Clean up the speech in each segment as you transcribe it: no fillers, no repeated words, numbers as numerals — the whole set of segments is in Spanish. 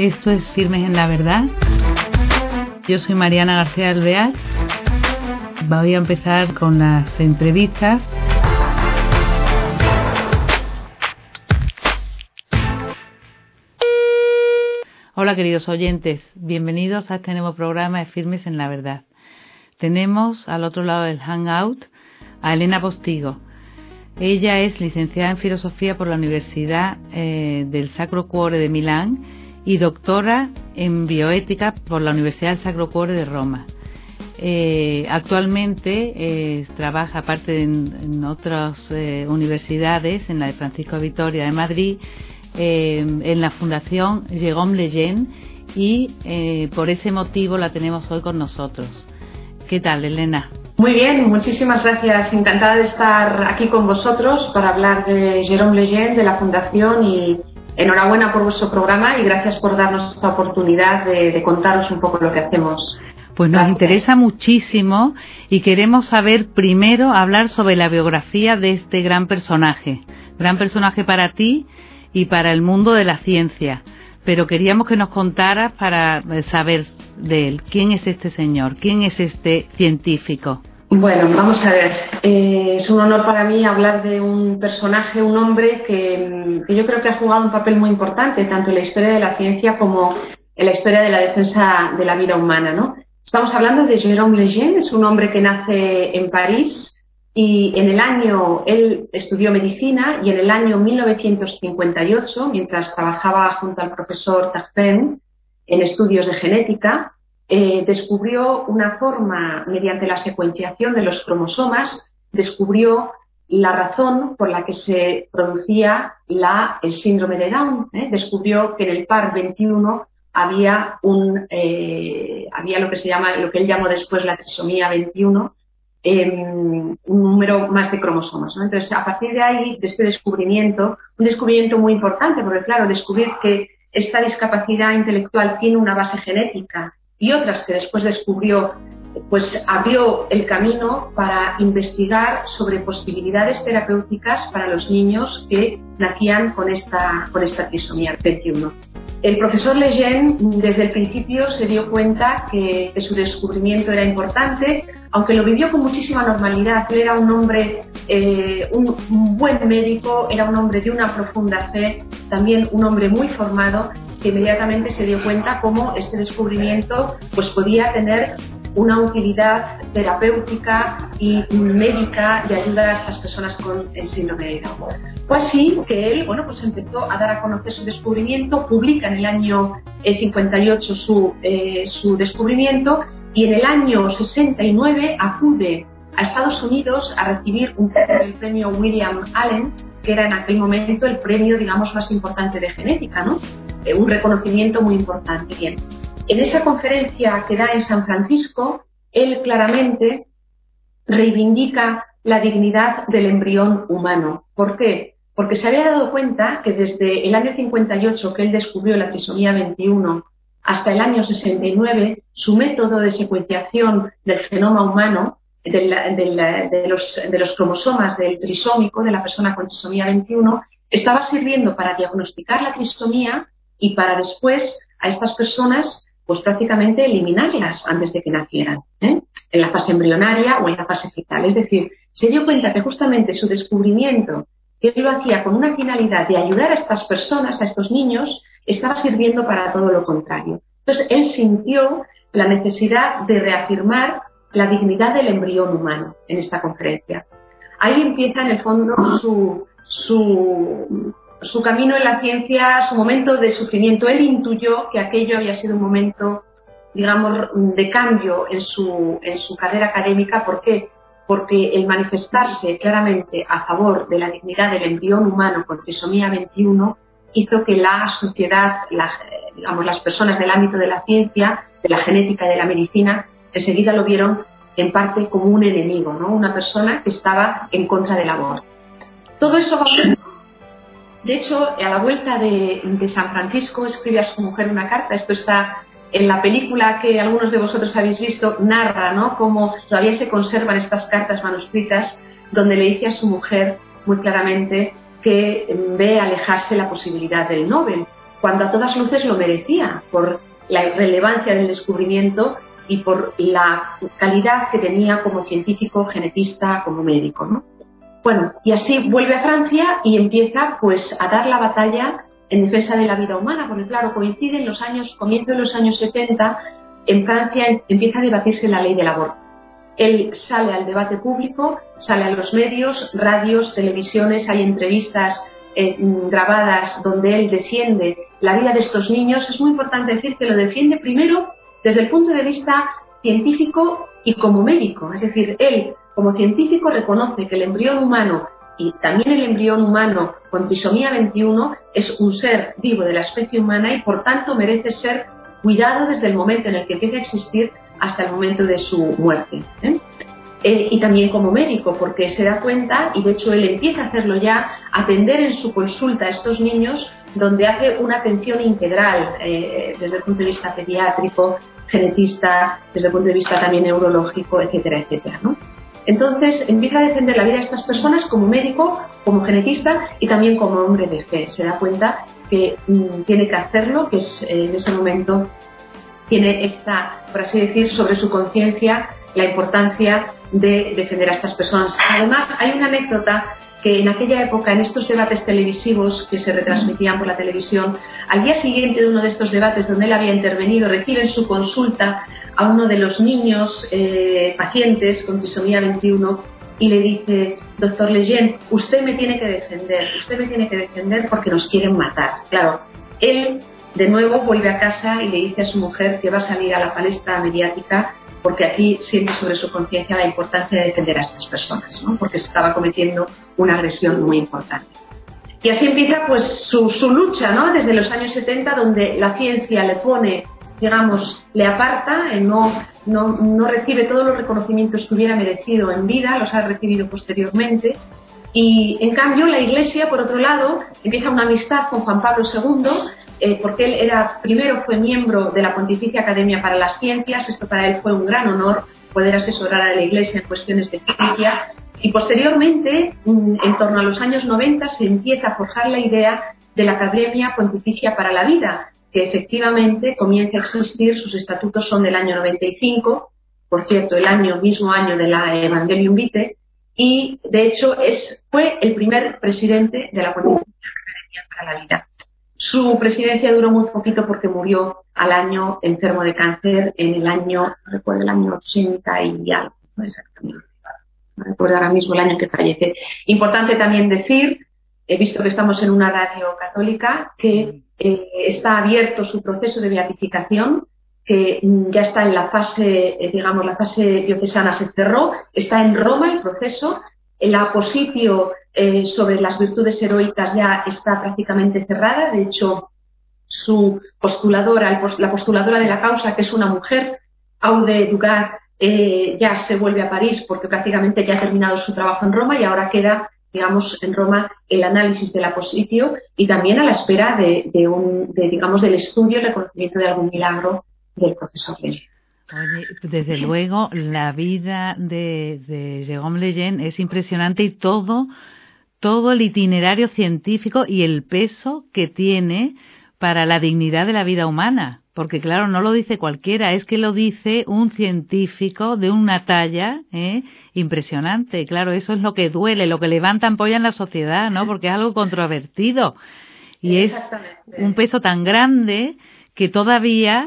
Esto es Firmes en la Verdad. Yo soy Mariana García Alvear. Voy a empezar con las entrevistas. Hola queridos oyentes, bienvenidos a este nuevo programa de Firmes en la Verdad. Tenemos al otro lado del Hangout a Elena Postigo. Ella es licenciada en Filosofía por la Universidad del Sacro Cuore de Milán y doctora en Bioética por la Universidad del Sacro Cuore de Roma. Actualmente trabaja, aparte en otras universidades, en la de Francisco de Vitoria de Madrid, en la Fundación Jérôme Lejeune, y por ese motivo la tenemos hoy con nosotros. ¿Qué tal, Elena? Muy bien, muchísimas gracias. Encantada de estar aquí con vosotros para hablar de Jérôme Lejeune, de la Fundación, y enhorabuena por vuestro programa y gracias por darnos esta oportunidad de contaros un poco lo que hacemos. Pues nos interesa muchísimo y queremos saber primero, hablar sobre la biografía de este gran personaje para ti y para el mundo de la ciencia. Pero queríamos que nos contaras para saber de él. ¿Quién es este señor? ¿Quién es este científico? Bueno, vamos a ver. Es un honor para mí hablar de un personaje, un hombre que yo creo que ha jugado un papel muy importante, tanto en la historia de la ciencia como en la historia de la defensa de la vida humana, ¿no? Estamos hablando de Jérôme Lejeune. Es un hombre que nace en París y él estudió medicina, y en el año 1958, mientras trabajaba junto al profesor Tarpin en estudios de genética, descubrió una forma, mediante la secuenciación de los cromosomas, descubrió la razón por la que se producía el síndrome de Down. Descubrió que en el par 21 había lo que él llamó después la trisomía 21, un número más de cromosomas, ¿no? Entonces, a partir de ahí, de este descubrimiento, un descubrimiento muy importante, porque claro, descubrir que esta discapacidad intelectual tiene una base genética y otras que después descubrió, pues abrió el camino para investigar sobre posibilidades terapéuticas para los niños que nacían con esta trisomía 21. El profesor Lejeune desde el principio se dio cuenta que su descubrimiento era importante, aunque lo vivió con muchísima normalidad. Él era un hombre, un buen médico, era un hombre de una profunda fe, también un hombre muy formado, que inmediatamente se dio cuenta cómo este descubrimiento pues podía tener una utilidad terapéutica y médica de ayudar a estas personas con el síndrome de Down. Fue así que él, pues empezó a dar a conocer su descubrimiento, publica en el año 58 su descubrimiento, y en el año 69 acude a Estados Unidos a recibir el premio William Allen, que era en aquel momento el premio, digamos, más importante de genética, ¿no? Un reconocimiento muy importante. Bien. En esa conferencia que da en San Francisco, él claramente reivindica la dignidad del embrión humano. ¿Por qué? Porque se había dado cuenta que desde el año 58, que él descubrió la trisomía 21, hasta el año 69, su método de secuenciación del genoma humano, de los cromosomas del trisómico, de la persona con trisomía 21, estaba sirviendo para diagnosticar la trisomía y para después a estas personas pues prácticamente eliminarlas antes de que nacieran, en la fase embrionaria o en la fase fetal. Es decir, se dio cuenta que justamente su descubrimiento, que él lo hacía con una finalidad de ayudar a estas personas, a estos niños, estaba sirviendo para todo lo contrario. Entonces él sintió la necesidad de reafirmar la dignidad del embrión humano en esta conferencia. Ahí empieza en el fondo su camino en la ciencia, su momento de sufrimiento. Él intuyó que aquello había sido un momento, digamos, de cambio en su carrera académica. ¿Por qué? Porque el manifestarse claramente a favor de la dignidad del embrión humano con trisomía 21 hizo que la sociedad, las personas del ámbito de la ciencia, de la genética y de la medicina, enseguida lo vieron en parte como un enemigo, ¿no? Una persona que estaba en contra del aborto. Todo eso va a... De hecho, a la vuelta de San Francisco escribe a su mujer una carta. Esto está en la película que algunos de vosotros habéis visto, narra, ¿no?, cómo todavía se conservan estas cartas manuscritas, donde le dice a su mujer muy claramente que ve alejarse la posibilidad del Nobel. cuando a todas luces lo merecía, por la relevancia del descubrimiento y por la calidad que tenía como científico, genetista, como médico, ¿no? Bueno, y así vuelve a Francia y empieza pues a dar la batalla en defensa de la vida humana, porque claro, coincide en los años, comienzo de los años 70, en Francia empieza a debatirse la ley del aborto. Él sale al debate público, sale a los medios, radios, televisiones, hay entrevistas grabadas donde él defiende la vida de estos niños. Es muy importante decir que lo defiende primero desde el punto de vista científico y como médico. Es decir, él como científico reconoce que el embrión humano y también el embrión humano con trisomía 21 es un ser vivo de la especie humana y por tanto merece ser cuidado desde el momento en el que empieza a existir hasta el momento de su muerte. Y también como médico, porque se da cuenta, y de hecho él empieza a hacerlo ya, atender en su consulta a estos niños, donde hace una atención integral desde el punto de vista pediátrico, genetista, desde el punto de vista también neurológico, etcétera, etcétera, ¿no? Entonces empieza a defender la vida de estas personas como médico, como genetista y también como hombre de fe. Se da cuenta que tiene que hacerlo, que es, en ese momento tiene esta, por así decir, sobre su conciencia la importancia de defender a estas personas. Además, hay una anécdota que en aquella época, en estos debates televisivos que se retransmitían por la televisión, al día siguiente de uno de estos debates donde él había intervenido, recibe en su consulta a uno de los niños pacientes con trisomía 21 y le dice: doctor Lejeune, usted me tiene que defender porque nos quieren matar. Claro, él de nuevo vuelve a casa y le dice a su mujer que va a salir a la palestra mediática porque aquí siente sobre su conciencia la importancia de defender a estas personas, ¿no? Porque se estaba cometiendo una agresión muy importante. Y así empieza pues su lucha, ¿no? Desde los años 70, donde la ciencia le pone, digamos, le aparta, no recibe todos los reconocimientos que hubiera merecido en vida, los ha recibido posteriormente. Y en cambio la Iglesia, por otro lado, empieza una amistad con Juan Pablo II, porque él primero fue miembro de la Pontificia Academia para las Ciencias. Esto para él fue un gran honor, poder asesorar a la Iglesia en cuestiones de ciencia, y posteriormente, en torno a los años 90, se empieza a forjar la idea de la Academia Pontificia para la Vida, que efectivamente comienza a existir. Sus estatutos son del año 95, por cierto, mismo año de la Evangelium Vitae, y de hecho fue el primer presidente de la Pontificia Academia para la Vida. Su presidencia duró muy poquito porque murió al año enfermo de cáncer en el año, no recuerdo el año 80 y algo, no exactamente, no recuerdo ahora mismo el año en que fallece. Importante también decir, he visto que estamos en una radio católica, que está abierto su proceso de beatificación, que ya está en la fase, digamos, la fase diocesana se cerró, está en Roma el proceso. La positio sobre las virtudes heroicas ya está prácticamente cerrada. De hecho, su postuladora, la postuladora de la causa, que es una mujer, Aude Dugat, ya se vuelve a París porque prácticamente ya ha terminado su trabajo en Roma y ahora queda, digamos, en Roma el análisis de la positio y también a la espera digamos, del estudio y reconocimiento de algún milagro del profesor Lejeune. Oye, desde luego la vida de Jérôme Lejeune es impresionante, y todo el itinerario científico y el peso que tiene para la dignidad de la vida humana, porque claro, no lo dice cualquiera, es que lo dice un científico de una talla impresionante. Claro, eso es lo que duele, lo que levanta ampolla en la sociedad, ¿no? Porque es algo controvertido y es un peso tan grande que todavía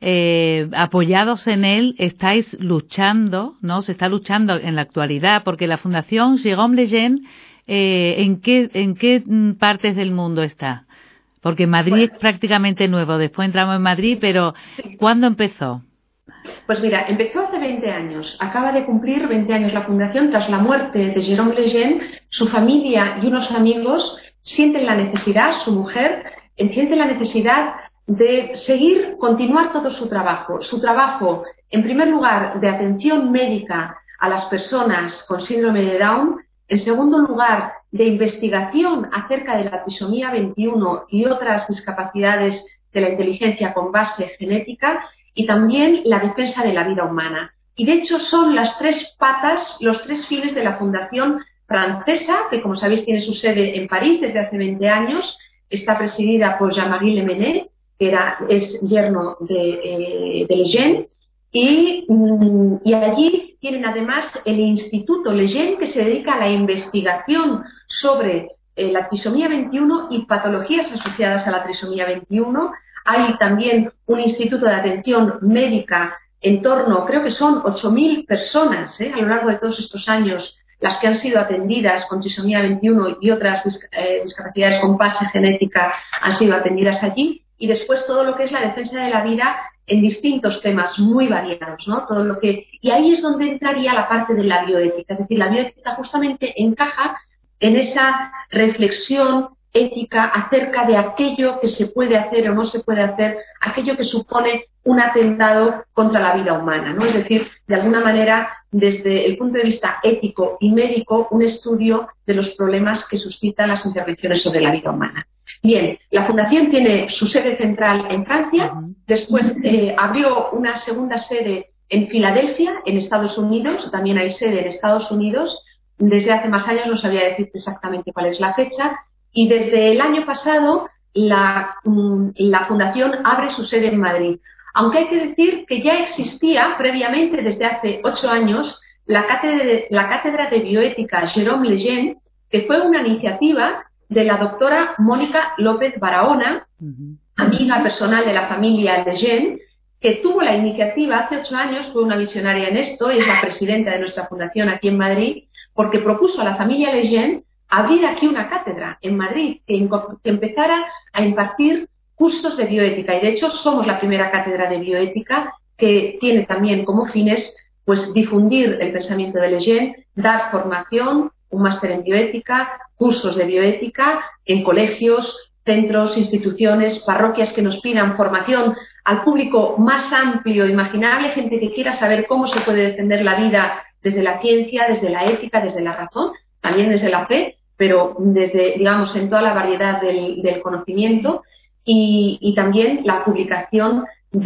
apoyados en él estáis luchando, ¿no? Se está luchando en la actualidad, porque la Fundación Jérôme Lejeune, ¿en qué partes del mundo está? Porque Madrid es prácticamente nuevo, después entramos en Madrid, pero ¿cuándo empezó? Pues mira, empezó hace 20 años, acaba de cumplir 20 años la fundación. Tras la muerte de Jérôme Lejeune, su familia y unos amigos sienten la necesidad, su mujer siente la necesidad de continuar todo su trabajo, en primer lugar, de atención médica a las personas con síndrome de Down, en segundo lugar, de investigación acerca de la trisomía 21 y otras discapacidades de la inteligencia con base genética, y también la defensa de la vida humana. Y de hecho son las tres patas, los tres fines de la Fundación francesa, que como sabéis tiene su sede en París desde hace 20 años, está presidida por Jean-Marie Lemené, que es yerno de Lejeune, y allí tienen además el Instituto Lejeune, que se dedica a la investigación sobre la trisomía 21 y patologías asociadas a la trisomía 21. Hay también un instituto de atención médica en torno, creo que son 8.000 personas a lo largo de todos estos años las que han sido atendidas con trisomía 21 y otras discapacidades con base genética han sido atendidas allí. Y después todo lo que es la defensa de la vida en distintos temas muy variados, ¿no? Y ahí es donde entraría la parte de la bioética. Es decir, la bioética justamente encaja en esa reflexión ética acerca de aquello que se puede hacer o no se puede hacer, aquello que supone un atentado contra la vida humana, ¿no? Es decir, de alguna manera, desde el punto de vista ético y médico, un estudio de los problemas que suscitan las intervenciones sobre la vida humana. Bien, la Fundación tiene su sede central en Francia, después abrió una segunda sede en Filadelfia, en Estados Unidos, también hay sede en Estados Unidos, desde hace más años, no sabía decirte exactamente cuál es la fecha, y desde el año pasado la Fundación abre su sede en Madrid. Aunque hay que decir que ya existía previamente, desde hace 8 años, la cátedra de bioética Jérôme Lejeune, que fue una iniciativa de la doctora Mónica López Barahona, amiga personal de la familia Lejeune, que tuvo la iniciativa hace 8 años, fue una visionaria en esto, es la presidenta de nuestra fundación aquí en Madrid, porque propuso a la familia Lejeune abrir aquí una cátedra en Madrid que empezara a impartir cursos de bioética. Y de hecho somos la primera cátedra de bioética que tiene también como fines pues difundir el pensamiento de Lejeune, dar formación, un máster en bioética, cursos de bioética en colegios, centros, instituciones, parroquias que nos pidan formación al público más amplio imaginable, gente que quiera saber cómo se puede defender la vida desde la ciencia, desde la ética, desde la razón, también desde la fe, pero desde, digamos, en toda la variedad del conocimiento y también la publicación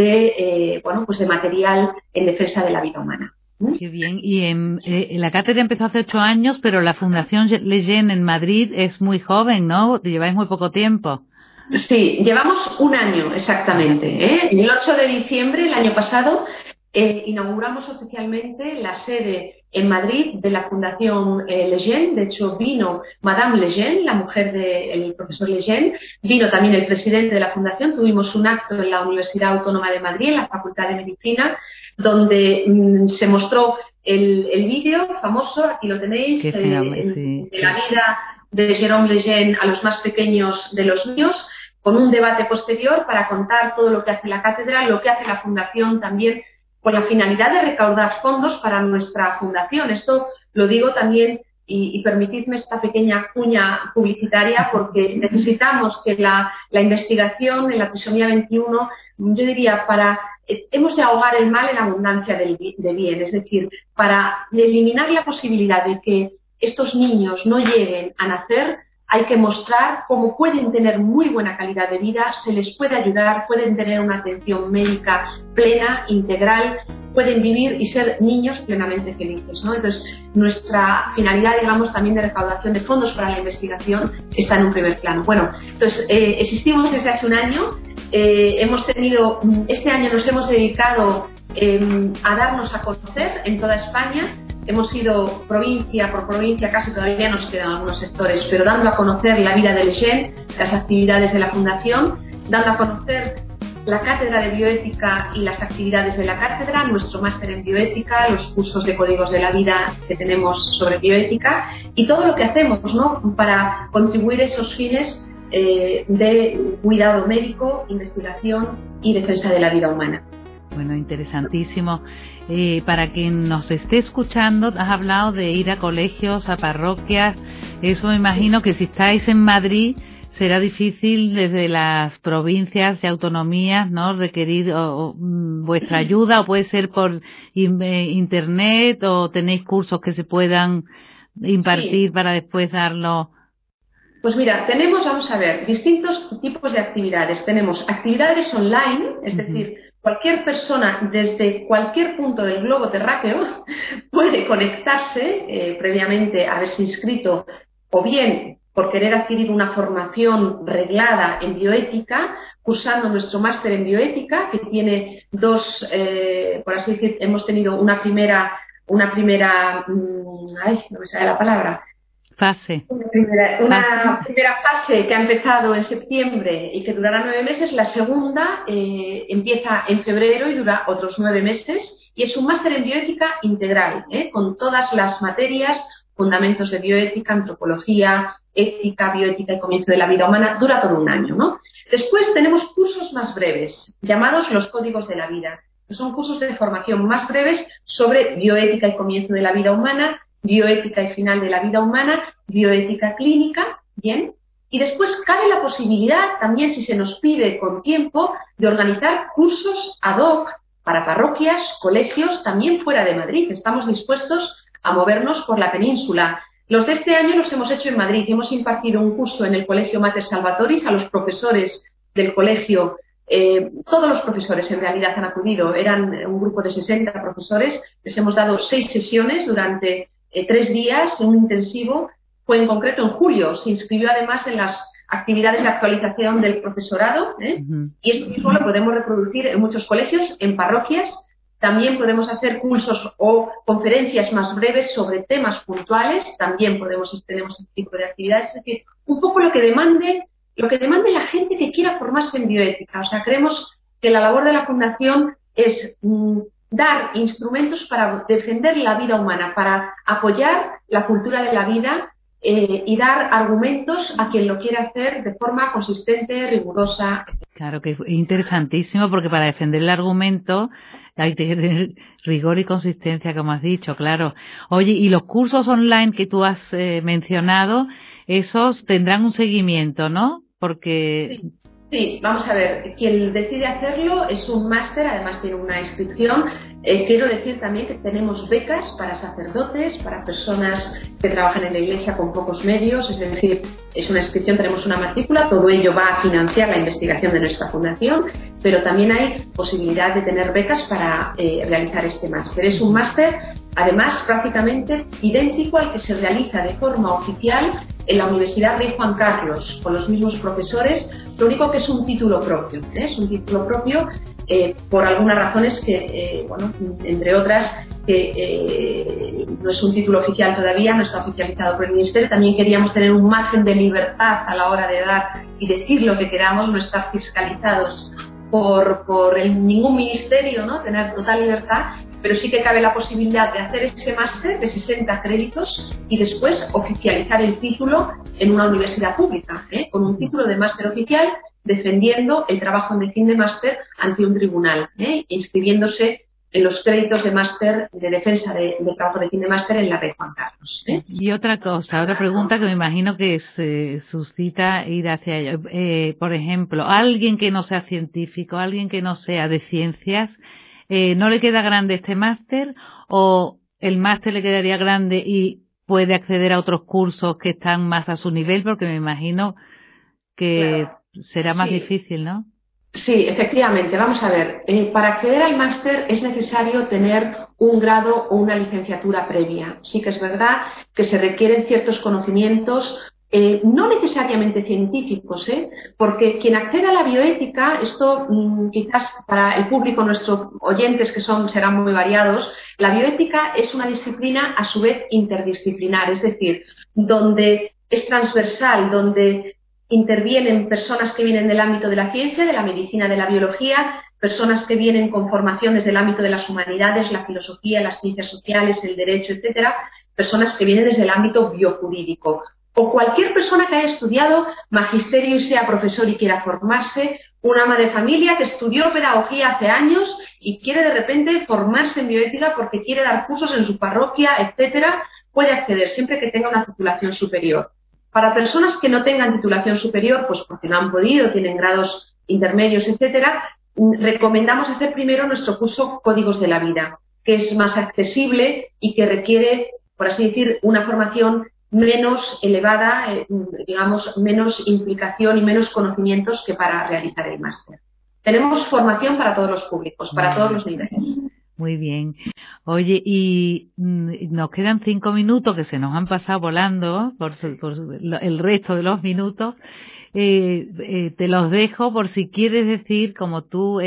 de material en defensa de la vida humana. Qué bien. Y la cátedra empezó hace 8 años, pero la Fundación Lejeune en Madrid es muy joven, ¿no? Lleváis muy poco tiempo. Sí, llevamos 1 año exactamente. El 8 de diciembre del año pasado inauguramos oficialmente la sede en Madrid de la Fundación Lejeune. De hecho, vino Madame Lejeune, la mujer del profesor Lejeune, vino también el presidente de la Fundación. Tuvimos un acto en la Universidad Autónoma de Madrid, en la Facultad de Medicina, donde se mostró el vídeo famoso, aquí lo tenéis, de la vida de Jérôme Lejeune a los más pequeños de los míos, con un debate posterior para contar todo lo que hace la cátedra, lo que hace la Fundación también, con la finalidad de recaudar fondos para nuestra fundación. Esto lo digo también, y permitidme esta pequeña cuña publicitaria, porque necesitamos que la investigación en la trisomía 21, yo diría, hemos de ahogar el mal en abundancia de bien, es decir, para eliminar la posibilidad de que estos niños no lleguen a nacer, hay que mostrar cómo pueden tener muy buena calidad de vida, se les puede ayudar, pueden tener una atención médica plena, integral, pueden vivir y ser niños plenamente felices, ¿no? Entonces, nuestra finalidad, digamos, también de recaudación de fondos para la investigación está en un primer plano. Bueno, entonces, existimos desde hace 1 año, este año nos hemos dedicado a darnos a conocer en toda España. Hemos ido provincia por provincia, casi todavía nos quedan algunos sectores, pero dando a conocer la vida de Lejeune, las actividades de la Fundación, dando a conocer la cátedra de bioética y las actividades de la cátedra, nuestro máster en bioética, los cursos de códigos de la vida que tenemos sobre bioética y todo lo que hacemos, ¿no?, para contribuir a esos fines de cuidado médico, investigación y defensa de la vida humana. Bueno, interesantísimo. Para quien nos esté escuchando, has hablado de ir a colegios, a parroquias. Eso me imagino que si estáis en Madrid será difícil desde las provincias y autonomías, ¿no?, requerir vuestra ayuda, o puede ser por internet, o tenéis cursos que se puedan impartir para después darlo. Pues mira, tenemos, vamos a ver, distintos tipos de actividades. Tenemos actividades online, es decir, cualquier persona desde cualquier punto del globo terráqueo puede conectarse previamente, haberse inscrito, o bien por querer adquirir una formación reglada en bioética, cursando nuestro máster en bioética, que tiene dos, por así decir, hemos tenido una primera, ay, no me sale la palabra. Fase. Una primera fase que ha empezado en septiembre y que durará 9 meses. La segunda empieza en febrero y dura otros 9 meses. Y es un máster en bioética integral, con todas las materias, fundamentos de bioética, antropología, ética, bioética y comienzo de la vida humana. Dura todo un año, ¿no? Después tenemos cursos más breves, llamados los códigos de la vida, que son cursos de formación más breves sobre bioética y comienzo de la vida humana, bioética y final de la vida humana, bioética clínica, ¿bien? Y después cabe la posibilidad, también si se nos pide con tiempo, de organizar cursos ad hoc para parroquias, colegios, también fuera de Madrid. Estamos dispuestos a movernos por la península. Los de este año los hemos hecho en Madrid y hemos impartido un curso en el Colegio Mater Salvatoris a los profesores del colegio. Todos los profesores en realidad han acudido, eran un grupo de 60 profesores, les hemos dado 6 sesiones durante 3 días, un intensivo, fue en concreto en julio, se inscribió además en las actividades de actualización del profesorado, y esto mismo lo podemos reproducir en muchos colegios, en parroquias. También podemos hacer cursos o conferencias más breves sobre temas puntuales, también tenemos este tipo de actividades, es decir, un poco lo que demande la gente que quiera formarse en bioética. O sea, creemos que la labor de la Fundación es dar instrumentos para defender la vida humana, para apoyar la cultura de la vida y dar argumentos a quien lo quiera hacer de forma consistente, rigurosa. Claro que es interesantísimo, porque para defender el argumento hay que tener rigor y consistencia, como has dicho, claro. Oye, y los cursos online que tú has mencionado, esos tendrán un seguimiento, ¿no? Porque... Sí, vamos a ver, quien decide hacerlo es un máster, además tiene una inscripción. Quiero decir también que tenemos becas para sacerdotes, para personas que trabajan en la iglesia con pocos medios, es decir, es una inscripción, tenemos una matrícula, todo ello va a financiar la investigación de nuestra fundación, pero también hay posibilidad de tener becas para realizar este máster. Es un máster, además, prácticamente idéntico al que se realiza de forma oficial en la Universidad Rey Juan Carlos, con los mismos profesores. Lo único que es un título propio, es un título propio por algunas razones que, bueno, entre otras, que no es un título oficial todavía, no está oficializado por el Ministerio. También queríamos tener un margen de libertad a la hora de dar y decir lo que queramos, no estar fiscalizados por ningún ministerio, ¿no? Tener total libertad, pero sí que cabe la posibilidad de hacer ese máster de 60 créditos y después oficializar el título en una universidad pública, con un título de máster oficial, defendiendo el trabajo de fin de máster ante un tribunal, inscribiéndose en los créditos de máster de defensa del trabajo de fin de máster en la Red Juan Carlos. Y otra pregunta que me imagino que se suscita ir hacia ello. Por ejemplo, alguien que no sea científico, alguien que no sea de ciencias, ¿no le queda grande este máster o el máster le quedaría grande y puede acceder a otros cursos que están más a su nivel? Porque me imagino que será más difícil, ¿no? Sí, efectivamente. Vamos a ver, para acceder al máster es necesario tener un grado o una licenciatura previa. Sí que es verdad que se requieren ciertos conocimientos, no necesariamente científicos, porque quien accede a la bioética, esto quizás para el público, nuestros oyentes que serán muy variados, la bioética es una disciplina a su vez interdisciplinar, es decir, donde es transversal, donde intervienen personas que vienen del ámbito de la ciencia, de la medicina, de la biología, personas que vienen con formación desde el ámbito de las humanidades, la filosofía, las ciencias sociales, el derecho, etcétera, personas que vienen desde el ámbito biojurídico, o cualquier persona que haya estudiado magisterio y sea profesor y quiera formarse, una ama de familia que estudió pedagogía hace años y quiere de repente formarse en bioética porque quiere dar cursos en su parroquia, etcétera, puede acceder siempre que tenga una titulación superior. Para personas que no tengan titulación superior, pues porque no han podido, tienen grados intermedios, etcétera, recomendamos hacer primero nuestro curso Códigos de la Vida, que es más accesible y que requiere, por así decir, una formación menos elevada, digamos, menos implicación y menos conocimientos que para realizar el máster. Tenemos formación para todos los públicos, para todos los niveles. Muy bien. Oye, y nos quedan 5 minutos que se nos han pasado volando por el resto de los minutos. Te los dejo por si quieres decir, como tú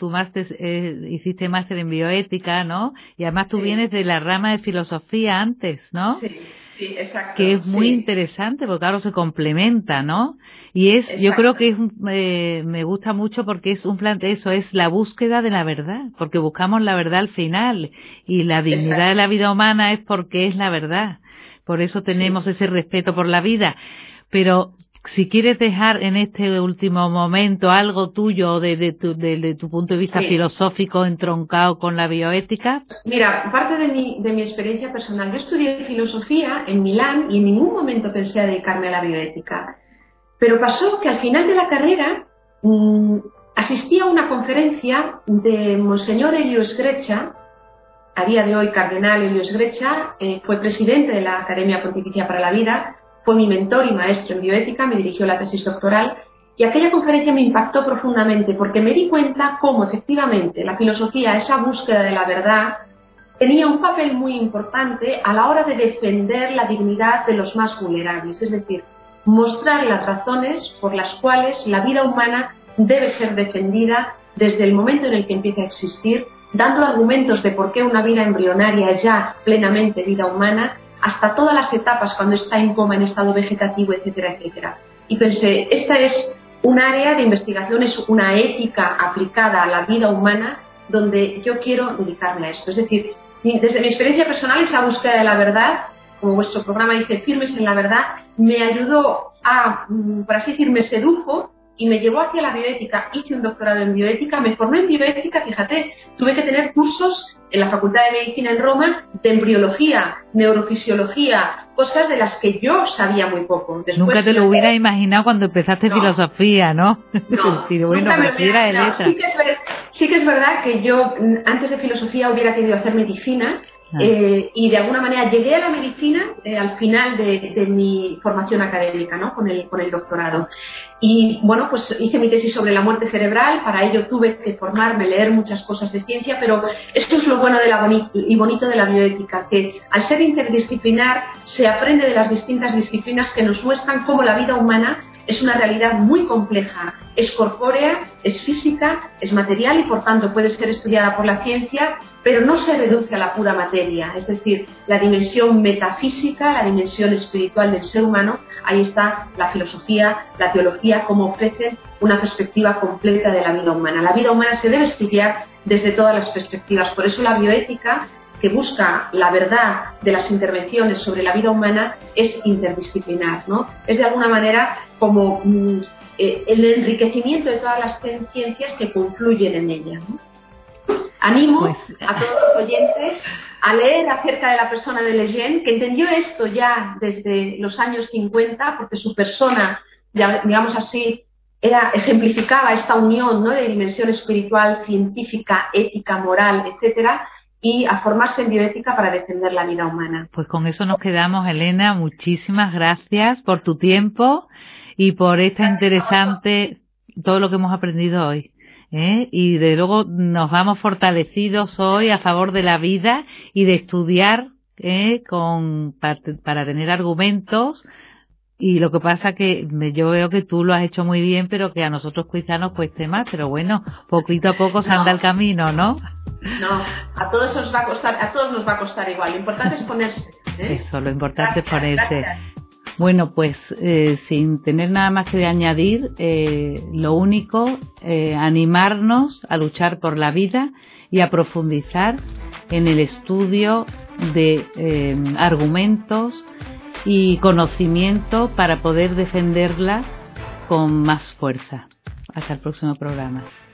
hiciste máster en bioética, ¿no? Y además tú vienes de la rama de filosofía antes, ¿no? Sí, exacto. Que es muy interesante porque claro, se complementa, ¿no? Y yo creo que me gusta mucho porque es un plan de eso, es la búsqueda de la verdad, porque buscamos la verdad al final y la dignidad de la vida humana es porque es la verdad. Por eso tenemos ese respeto por la vida. Pero si quieres dejar en este último momento algo tuyo de tu punto de vista filosófico entroncado con la bioética. Mira, parte de mi experiencia personal. Yo estudié filosofía en Milán y en ningún momento pensé a dedicarme a la bioética. Pero pasó que al final de la carrera asistí a una conferencia de Monseñor Elio Sgreccia, a día de hoy cardenal Elio Sgreccia, fue presidente de la Academia Pontificia para la Vida, fue mi mentor y maestro en bioética, me dirigió la tesis doctoral y aquella conferencia me impactó profundamente porque me di cuenta cómo efectivamente la filosofía, esa búsqueda de la verdad, tenía un papel muy importante a la hora de defender la dignidad de los más vulnerables, es decir, mostrar las razones por las cuales la vida humana debe ser defendida desde el momento en el que empieza a existir, dando argumentos de por qué una vida embrionaria es ya plenamente vida humana, hasta todas las etapas cuando está en coma, en estado vegetativo, etcétera, etcétera. Y pensé, esta es un área de investigación, es una ética aplicada a la vida humana donde yo quiero dedicarme a esto. Es decir, desde mi experiencia personal, esa búsqueda de la verdad, como vuestro programa dice, firmes en la verdad, me ayudó a, por así decir, me sedujo y me llevó hacia la bioética. Hice un doctorado en bioética, me formé en bioética, fíjate, tuve que tener cursos en la Facultad de Medicina en Roma de embriología, neurofisiología, cosas de las que yo sabía muy poco. Después, nunca te lo hubieras imaginado cuando empezaste filosofía, ¿no? No, bueno, sí que es verdad que yo antes de filosofía hubiera querido hacer medicina. Y de alguna manera llegué a la medicina al final de mi formación académica, ¿no? con el doctorado. Y bueno, pues hice mi tesis sobre la muerte cerebral, para ello tuve que formarme, leer muchas cosas de ciencia, pero esto es lo bueno y bonito de la bioética, que al ser interdisciplinar se aprende de las distintas disciplinas que nos muestran cómo la vida humana es una realidad muy compleja, es corpórea, es física, es material y por tanto puede ser estudiada por la ciencia, pero no se reduce a la pura materia, es decir, la dimensión metafísica, la dimensión espiritual del ser humano, ahí está la filosofía, la teología, como ofrecen una perspectiva completa de la vida humana. La vida humana se debe estudiar desde todas las perspectivas, por eso la bioética, que busca la verdad de las intervenciones sobre la vida humana, es interdisciplinar, ¿no? Es de alguna manera como el enriquecimiento de todas las ciencias que confluyen en ella, ¿no? Animo a todos los oyentes a leer acerca de la persona de Lejeune, que entendió esto ya desde los años 50, porque su persona, digamos así, ejemplificaba esta unión, ¿no? de dimensión espiritual, científica, ética, moral, etcétera, y a formarse en bioética para defender la vida humana. Pues con eso nos quedamos, Elena. Muchísimas gracias por tu tiempo y por esta interesante, todo lo que hemos aprendido hoy. Y de luego nos vamos fortalecidos hoy a favor de la vida y de estudiar para tener argumentos. Y lo que pasa que yo veo que tú lo has hecho muy bien, pero que a nosotros quizá nos cueste más, pero bueno, poquito a poco se anda el camino, ¿no? No, a todos nos va a costar igual. Lo importante es ponerse. Eso, lo importante es ponerse. Gracias. Bueno, pues sin tener nada más que añadir, lo único, animarnos a luchar por la vida y a profundizar en el estudio de argumentos y conocimiento para poder defenderla con más fuerza. Hasta el próximo programa.